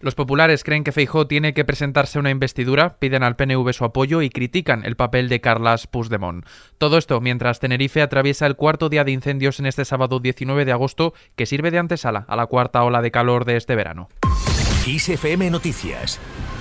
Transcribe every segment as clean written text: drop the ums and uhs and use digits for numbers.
Los populares creen que Feijóo tiene que presentarse a una investidura, piden al PNV su apoyo y critican el papel de Carles Puigdemont. Todo esto mientras Tenerife atraviesa el cuarto día de incendios en este sábado 19 de agosto, que sirve de antesala a la cuarta ola de calor de este verano. XFM Noticias.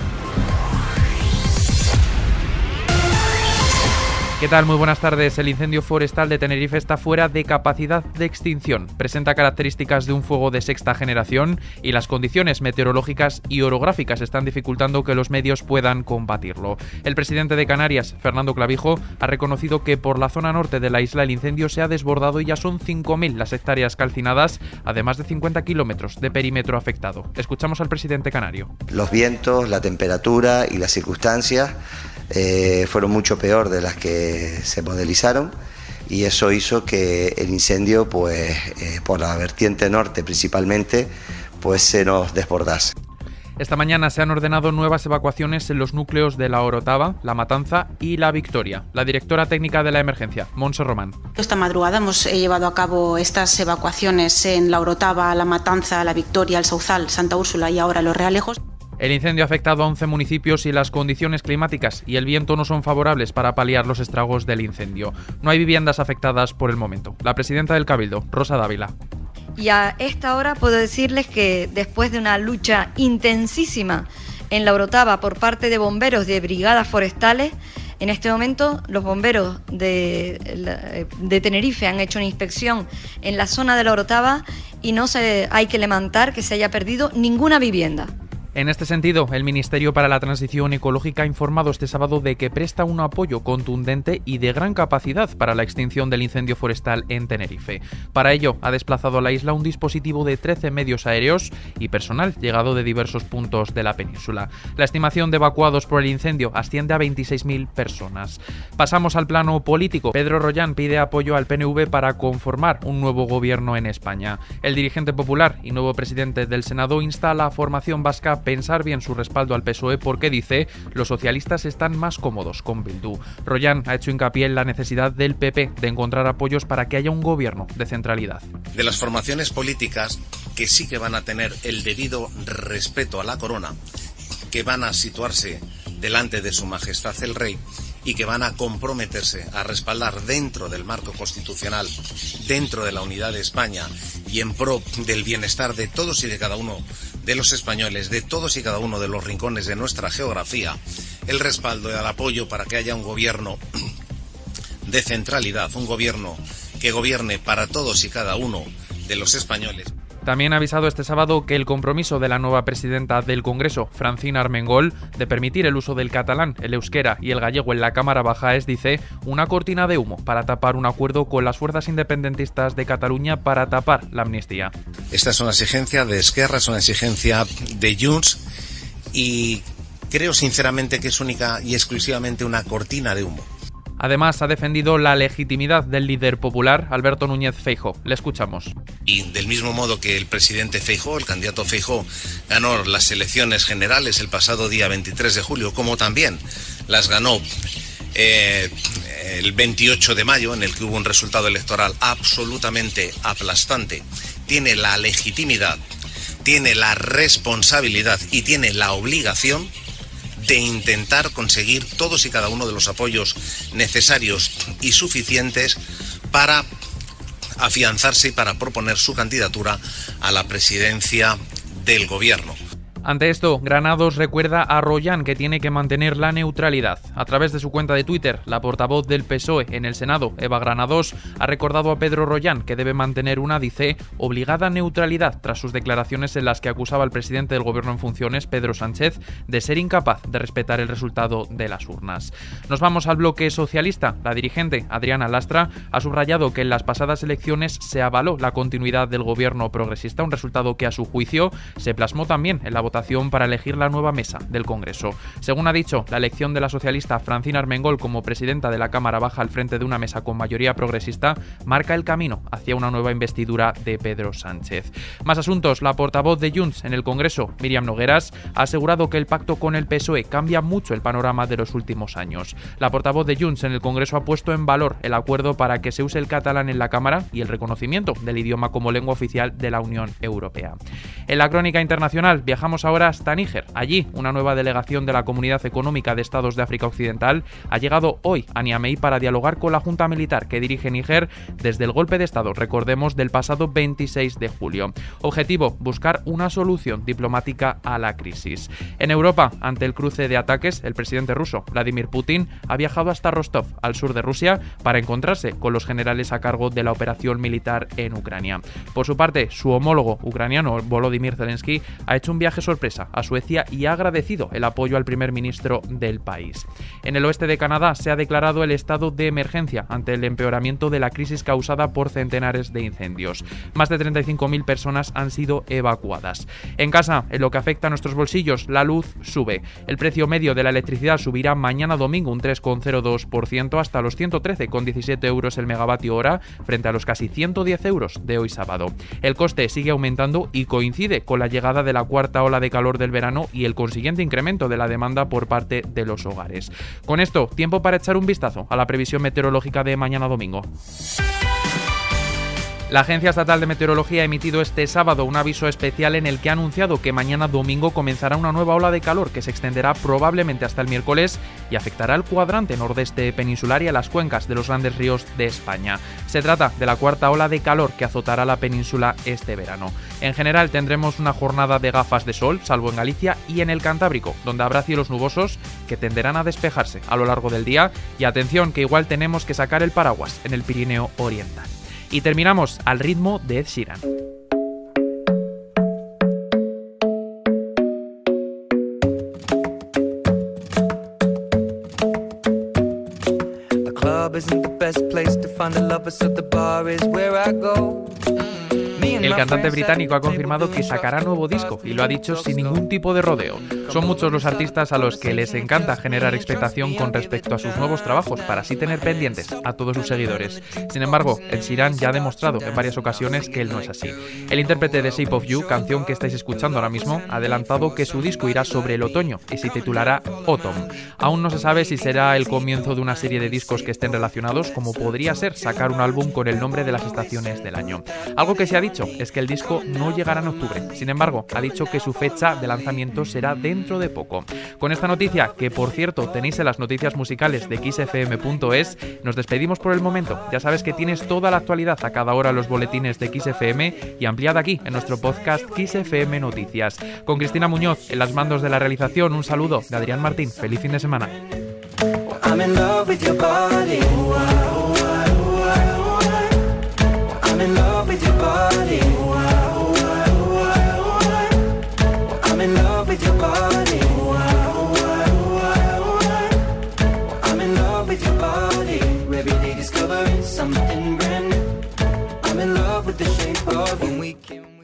¿Qué tal? Muy buenas tardes. El incendio forestal de Tenerife está fuera de capacidad de extinción. Presenta características de un fuego de sexta generación y las condiciones meteorológicas y orográficas están dificultando que los medios puedan combatirlo. El presidente de Canarias, Fernando Clavijo, ha reconocido que por la zona norte de la isla el incendio se ha desbordado y ya son 5.000 las hectáreas calcinadas, además de 50 kilómetros de perímetro afectado. Escuchamos al presidente canario. Los vientos, la temperatura y las circunstancias fueron mucho peor de las que se modelizaron y eso hizo que el incendio, por la vertiente norte principalmente, se nos desbordase. Esta mañana se han ordenado nuevas evacuaciones en los núcleos de La Orotava, La Matanza y La Victoria. La directora técnica de la emergencia, Montse Román. Esta madrugada hemos llevado a cabo estas evacuaciones en La Orotava, La Matanza, La Victoria, El Sauzal, Santa Úrsula y ahora Los Realejos. El incendio ha afectado a 11 municipios y las condiciones climáticas y el viento no son favorables para paliar los estragos del incendio. No hay viviendas afectadas por el momento. La presidenta del Cabildo, Rosa Dávila. Y a esta hora puedo decirles que después de una lucha intensísima en La Orotava por parte de bomberos de brigadas forestales, en este momento los bomberos de Tenerife han hecho una inspección en la zona de La Orotava y no hay que lamentar que se haya perdido ninguna vivienda. En este sentido, el Ministerio para la Transición Ecológica ha informado este sábado de que presta un apoyo contundente y de gran capacidad para la extinción del incendio forestal en Tenerife. Para ello, ha desplazado a la isla un dispositivo de 13 medios aéreos y personal llegado de diversos puntos de la península. La estimación de evacuados por el incendio asciende a 26.000 personas. Pasamos al plano político. Pedro Rollán pide apoyo al PNV para conformar un nuevo gobierno en España. El dirigente popular y nuevo presidente del Senado insta a la formación vasca a pensar bien su respaldo al PSOE porque, dice, los socialistas están más cómodos con Bildu. Rollán ha hecho hincapié en la necesidad del PP de encontrar apoyos para que haya un gobierno de centralidad. De las formaciones políticas que sí que van a tener el debido respeto a la corona, que van a situarse delante de su majestad el rey y que van a comprometerse a respaldar dentro del marco constitucional, dentro de la unidad de España y en pro del bienestar de todos y de cada uno de los españoles, de todos y cada uno de los rincones de nuestra geografía, el respaldo y el apoyo para que haya un gobierno de centralidad, un gobierno que gobierne para todos y cada uno de los españoles. También ha avisado este sábado que el compromiso de la nueva presidenta del Congreso, Francina Armengol, de permitir el uso del catalán, el euskera y el gallego en la Cámara Baja es, dice, una cortina de humo para tapar un acuerdo con las fuerzas independentistas de Cataluña para tapar la amnistía. Esta es una exigencia de Esquerra, es una exigencia de Junts y creo sinceramente que es única y exclusivamente una cortina de humo. Además, ha defendido la legitimidad del líder popular, Alberto Núñez Feijóo. Le escuchamos. Y del mismo modo que el presidente Feijóo, el candidato Feijóo, ganó las elecciones generales el pasado día 23 de julio, como también las ganó el 28 de mayo, en el que hubo un resultado electoral absolutamente aplastante, tiene la legitimidad, tiene la responsabilidad y tiene la obligación de intentar conseguir todos y cada uno de los apoyos necesarios y suficientes para afianzarse y para proponer su candidatura a la presidencia del gobierno. Ante esto, Granados recuerda a Rollán que tiene que mantener la neutralidad. A través de su cuenta de Twitter, la portavoz del PSOE en el Senado, Eva Granados, ha recordado a Pedro Rollán que debe mantener una, dice, obligada neutralidad tras sus declaraciones en las que acusaba al presidente del gobierno en funciones, Pedro Sánchez, de ser incapaz de respetar el resultado de las urnas. Nos vamos al bloque socialista. La dirigente, Adriana Lastra, ha subrayado que en las pasadas elecciones se avaló la continuidad del gobierno progresista, un resultado que a su juicio se plasmó también en la votación para elegir la nueva mesa del Congreso. Según ha dicho, la elección de la socialista Francina Armengol como presidenta de la Cámara Baja al frente de una mesa con mayoría progresista marca el camino hacia una nueva investidura de Pedro Sánchez. Más asuntos. La portavoz de Junts en el Congreso, Míriam Nogueras, ha asegurado que el pacto con el PSOE cambia mucho el panorama de los últimos años. La portavoz de Junts en el Congreso ha puesto en valor el acuerdo para que se use el catalán en la Cámara y el reconocimiento del idioma como lengua oficial de la Unión Europea. En la crónica internacional viajamos iremos ahora hasta Níger. Allí, una nueva delegación de la Comunidad Económica de Estados de África Occidental ha llegado hoy a Niamey para dialogar con la Junta Militar que dirige Níger desde el golpe de Estado, recordemos, del pasado 26 de julio. Objetivo, buscar una solución diplomática a la crisis. En Europa, ante el cruce de ataques, el presidente ruso, Vladimir Putin, ha viajado hasta Rostov, al sur de Rusia, para encontrarse con los generales a cargo de la operación militar en Ucrania. Por su parte, su homólogo ucraniano, Volodymyr Zelensky, ha hecho un viaje sorpresa a Suecia y ha agradecido el apoyo al primer ministro del país. En el oeste de Canadá se ha declarado el estado de emergencia ante el empeoramiento de la crisis causada por centenares de incendios. Más de 35.000 personas han sido evacuadas. En casa, en lo que afecta a nuestros bolsillos, la luz sube. El precio medio de la electricidad subirá mañana domingo un 3,02% hasta los 113,17 euros el megavatio hora, frente a los casi 110 euros de hoy sábado. El coste sigue aumentando y coincide con la llegada de la cuarta ola de calor del verano y el consiguiente incremento de la demanda por parte de los hogares. Con esto, tiempo para echar un vistazo a la previsión meteorológica de mañana domingo. La Agencia Estatal de Meteorología ha emitido este sábado un aviso especial en el que ha anunciado que mañana domingo comenzará una nueva ola de calor que se extenderá probablemente hasta el miércoles y afectará al cuadrante nordeste peninsular y a las cuencas de los grandes ríos de España. Se trata de la cuarta ola de calor que azotará la península este verano. En general tendremos una jornada de gafas de sol, salvo en Galicia y en el Cantábrico, donde habrá cielos nubosos que tenderán a despejarse a lo largo del día y atención que igual tenemos que sacar el paraguas en el Pirineo Oriental. Y terminamos al ritmo de Ed Sheeran. The club isn't the best place to find a lover, so the bar is where I go. El cantante británico ha confirmado que sacará nuevo disco y lo ha dicho sin ningún tipo de rodeo. Son muchos los artistas a los que les encanta generar expectación con respecto a sus nuevos trabajos para así tener pendientes a todos sus seguidores. Sin embargo, Ed Sheeran ya ha demostrado en varias ocasiones que él no es así. El intérprete de Shape of You, canción que estáis escuchando ahora mismo, ha adelantado que su disco irá sobre el otoño y se titulará Autumn. Aún no se sabe si será el comienzo de una serie de discos que estén relacionados, como podría ser sacar un álbum con el nombre de las estaciones del año. Algo que se ha dicho es que el disco no llegará en octubre. Sin embargo, ha dicho que su fecha de lanzamiento será dentro de poco. Con esta noticia, que por cierto tenéis en las noticias musicales de xfm.es, nos despedimos por el momento. Ya sabes que tienes toda la actualidad a cada hora en los boletines de XFM y ampliada aquí en nuestro podcast XFM Noticias. Con Cristina Muñoz en las mandos de la realización, un saludo de Adrián Martín. Feliz fin de semana. I'm in love with your body. I'm in love with your body. I'm in love with your body. I'm in love with your body. Every day discovering something brand new. I'm in love with the shape of you.